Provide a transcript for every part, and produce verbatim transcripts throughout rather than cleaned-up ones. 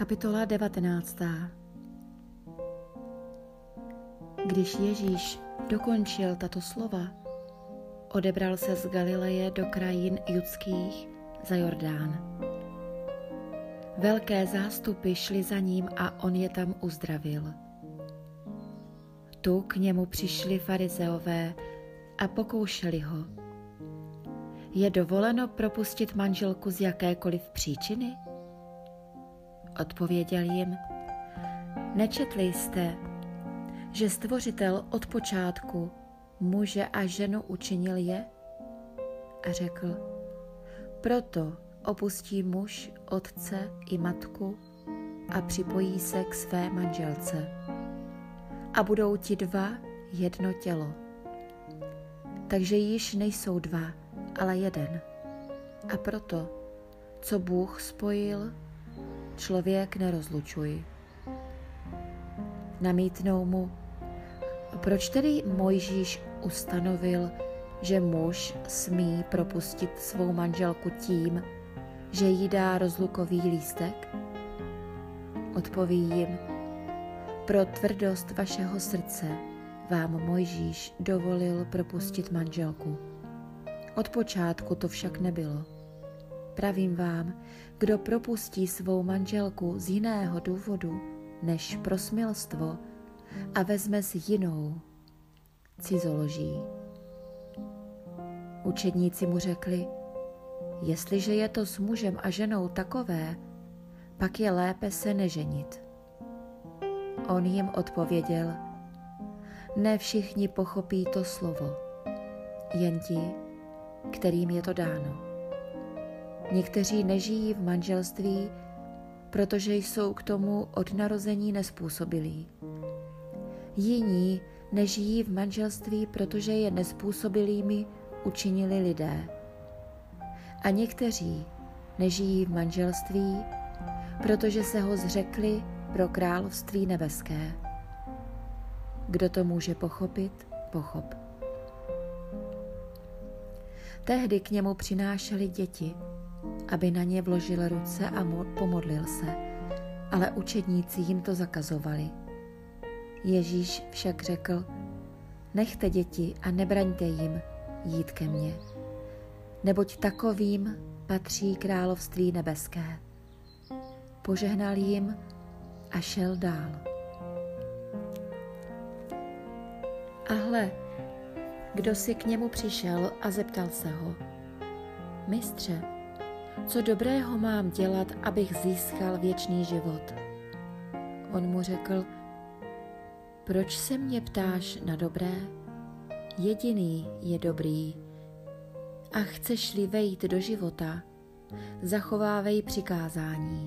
Kapitola devatenáctá. Když Ježíš dokončil tato slova, odebral se z Galileje do krajin judských za Jordán. Velké zástupy šly za ním a on je tam uzdravil. Tu k němu přišli farizeové a pokoušeli ho. Je dovoleno propustit manželku z jakékoliv příčiny? Odpověděl jim, nečetli jste, že Stvořitel od počátku muže a ženu učinil je? A řekl, proto opustí muž otce i matku a připojí se k své manželce. A budou ti dva jedno tělo. Takže již nejsou dva, ale jeden. A proto, co Bůh spojil, člověk nerozlučuj. Namítnou mu, proč tedy Mojžíš ustanovil, že muž smí propustit svou manželku tím, že jí dá rozlukový lístek? Odpoví jim, pro tvrdost vašeho srdce vám Mojžíš dovolil propustit manželku. Od počátku to však nebylo. Pravím vám, kdo propustí svou manželku z jiného důvodu než pro smilstvo a vezme si jinou, cizoloží. Učedníci mu řekli, jestliže je to s mužem a ženou takové, pak je lépe se neženit. On jim odpověděl, ne všichni pochopí to slovo, jen ti, kterým je to dáno. Někteří nežijí v manželství, protože jsou k tomu od narození nezpůsobilí. Jiní nežijí v manželství, protože je nezpůsobilými učinili lidé. A někteří nežijí v manželství, protože se ho zřekli pro království nebeské. Kdo to může pochopit, pochop. Tehdy k němu přinášeli děti, aby na ně vložil ruce a pomodlil se, ale učedníci jim to zakazovali. Ježíš však řekl, nechte děti a nebraňte jim jít ke mně, neboť takovým patří království nebeské. Požehnal jim a šel dál. A hle, kdo si k němu přišel a zeptal se ho, mistře, co dobrého mám dělat, abych získal věčný život? On mu řekl, proč se mě ptáš na dobré? Jediný je dobrý. A chceš-li vejít do života, zachovávej přikázání.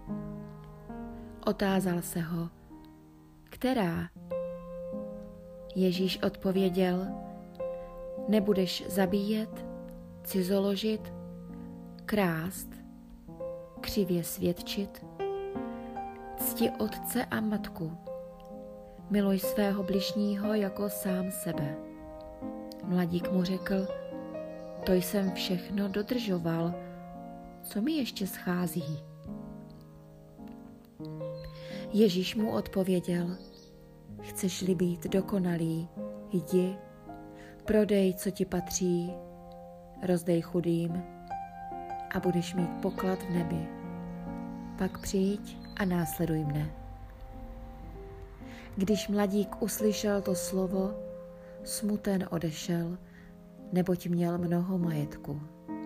Otázal se ho, která? Ježíš odpověděl, nebudeš zabíjet, cizoložit, krást, křivě svědčit, cti otce a matku, miluj svého bližního jako sám sebe. Mladík mu řekl, to jsem všechno dodržoval, co mi ještě schází? Ježíš mu odpověděl, chceš-li být dokonalý, jdi, prodej, co ti patří, rozdej chudým a budeš mít poklad v nebi. Pak přijď a následuj mne. Když mladík uslyšel to slovo, smuten odešel, neboť měl mnoho majetku.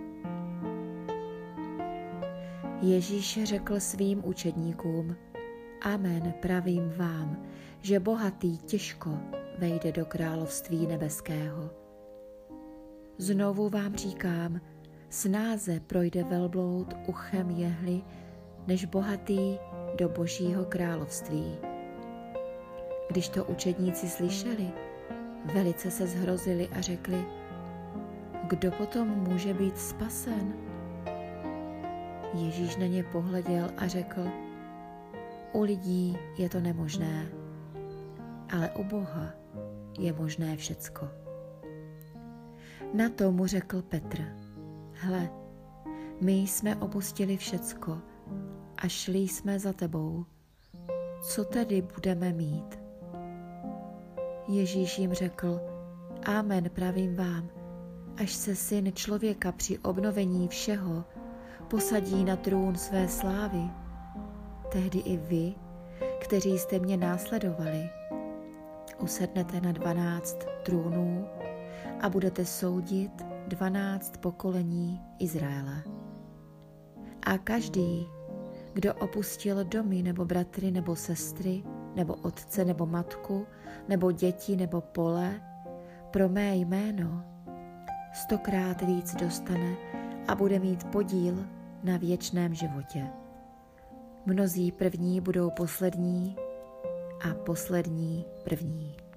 Ježíš řekl svým učedníkům, amen, pravím vám, že bohatý těžko vejde do království nebeského. Znovu vám říkám, snáze projde velbloud uchem jehly, než bohatý do Božího království. Když to učedníci slyšeli, velice se zhrozili a řekli, kdo potom může být spasen? Ježíš na ně pohleděl a řekl, u lidí je to nemožné, ale u Boha je možné všecko. Na to mu řekl Petr, hle, my jsme opustili všecko a šli jsme za tebou. Co tedy budeme mít? Ježíš jim řekl, Amen, pravím vám, až se Syn člověka při obnovení všeho posadí na trůn své slávy, tehdy i vy, kteří jste mě následovali, usednete na dvanáct trůnů a budete soudit dvanáct pokolení Izraele. A každý, kdo opustil domy nebo bratry nebo sestry, nebo otce nebo matku, nebo děti nebo pole, pro mé jméno, stokrát víc dostane a bude mít podíl na věčném životě. Mnozí první budou poslední a poslední první.